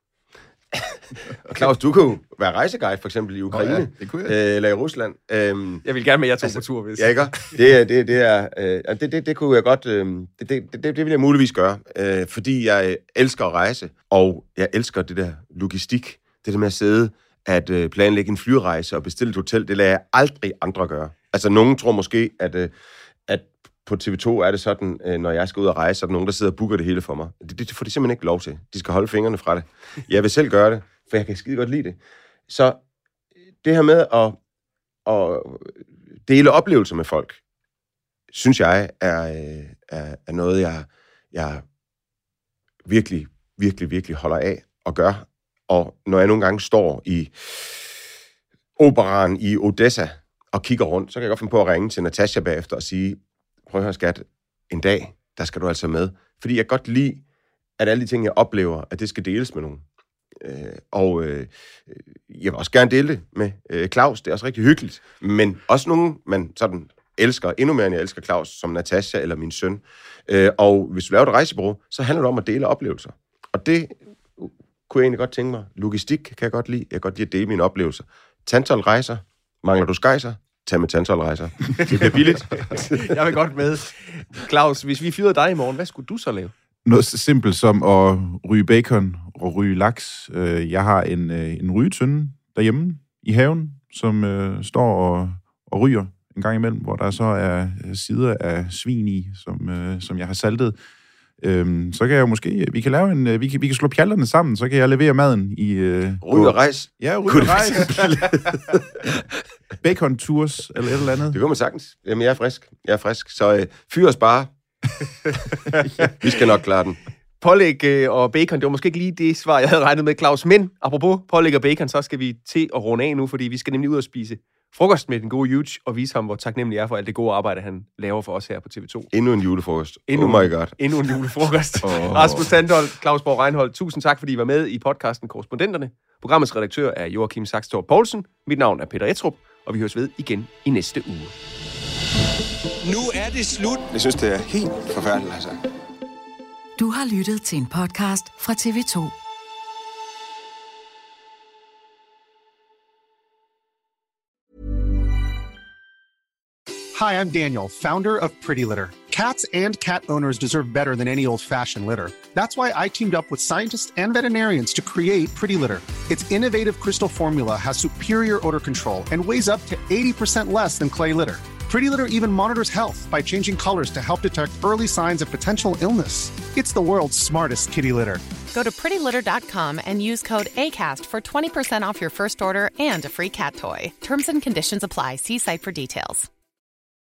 S4: Og Claus, du kunne være rejseguide, for eksempel i Ukraine, oh, ja, det kunne jeg. Øh, eller i Rusland. Øhm,
S3: jeg vil gerne med jer to altså, på tur, hvis.
S4: Ja, ikke? Det, det, det, er, øh, det, det, det kunne jeg godt, øh, det, det, det, det vil jeg muligvis gøre, øh, fordi jeg elsker at rejse, og jeg elsker det der logistik, det der med at sidde, at øh, planlægge en flyrejse og bestille et hotel, det lader jeg aldrig andre gøre. Altså, nogen tror måske, at, øh, at på T V to er det sådan, øh, når jeg skal ud og rejse, så er der nogen, der sidder og booker det hele for mig. Det, det får de simpelthen ikke lov til. De skal holde fingrene fra det. Jeg vil selv gøre det, for jeg kan skide godt lide det. Så det her med at, at dele oplevelser med folk, synes jeg er, er, er noget, jeg, jeg virkelig, virkelig, virkelig holder af at gøre. Og når jeg nogle gange står i operaen i Odessa og kigger rundt, så kan jeg godt finde på at ringe til Natasha bagefter og sige, prøv at høre, skat, en dag, der skal du altså med. Fordi jeg godt lide, at alle de ting, jeg oplever, at det skal deles med nogen. Øh, og øh, jeg vil også gerne dele det med øh, Claus. Det er også rigtig hyggeligt. Men også nogen, man sådan elsker, endnu mere end jeg elsker Claus, som Natasha eller min søn. Øh, og hvis du laver et rejsebureau, så handler det om at dele oplevelser. Og det kunne jeg egentlig godt tænke mig. Logistik kan jeg godt lide. Jeg kan godt lide at dele mine oplevelser. Tantoldt rejser. Mangler du skejser? Tag med Tantoldt rejser. Det bliver billigt.
S3: Jeg vil godt med. Claus, hvis vi fyrede dig i morgen, hvad skulle du så lave?
S12: Noget så simpelt som at ryge bacon og ryge laks. Jeg har en, en rygetønde derhjemme i haven, som øh, står og, og ryger en gang imellem, hvor der så er sider af svin i, som, øh, som jeg har saltet. Øhm, så kan jeg jo måske, vi kan lave en, vi kan, vi kan slå pjallerne sammen, så kan jeg levere maden i... Øh,
S4: ryge og rejs.
S12: Ja, ryge og rejs. Bacon tours, eller et eller andet.
S4: Det går man sagtens. Jamen, jeg er frisk. Jeg er frisk. Så øh, fyr os bare. Vi skal nok klare den.
S3: Pålæg øh, og bacon, det var måske ikke lige det svar, jeg havde regnet med, Claus. Men apropos pålæg og bacon, så skal vi til at runde af nu, fordi vi skal nemlig ud og spise frokost med den gode Huge og vise ham, hvor taknemmelig er for alt det gode arbejde, han laver for os her på T V to.
S4: Endnu en julefrokost.
S3: Endnu,
S4: oh my god.
S3: Endnu en julefrokost. oh. Rasmus Tantholdt, Claus Borg Reinholdt, tusind tak, fordi I var med i podcasten Korrespondenterne. Programmets redaktør er Joachim Saxtorp Poulsen. Mit navn er Peter Etrup, og vi høres ved igen i næste uge.
S8: Nu er det slut.
S6: Jeg synes, det er helt forfærdeligt, altså.
S11: Du har lyttet til en podcast fra T V to.
S15: Hi, I'm Daniel, founder of Pretty Litter. Cats and cat owners deserve better than any old-fashioned litter. That's why I teamed up with scientists and veterinarians to create Pretty Litter. Its innovative crystal formula has superior odor control and weighs up to eighty percent less than clay litter. Pretty Litter even monitors health by changing colors to help detect early signs of potential illness. It's the world's smartest kitty litter.
S16: Go to pretty litter dot com and use code ACAST for twenty percent off your first order and a free cat toy. Terms and conditions apply. See site for details.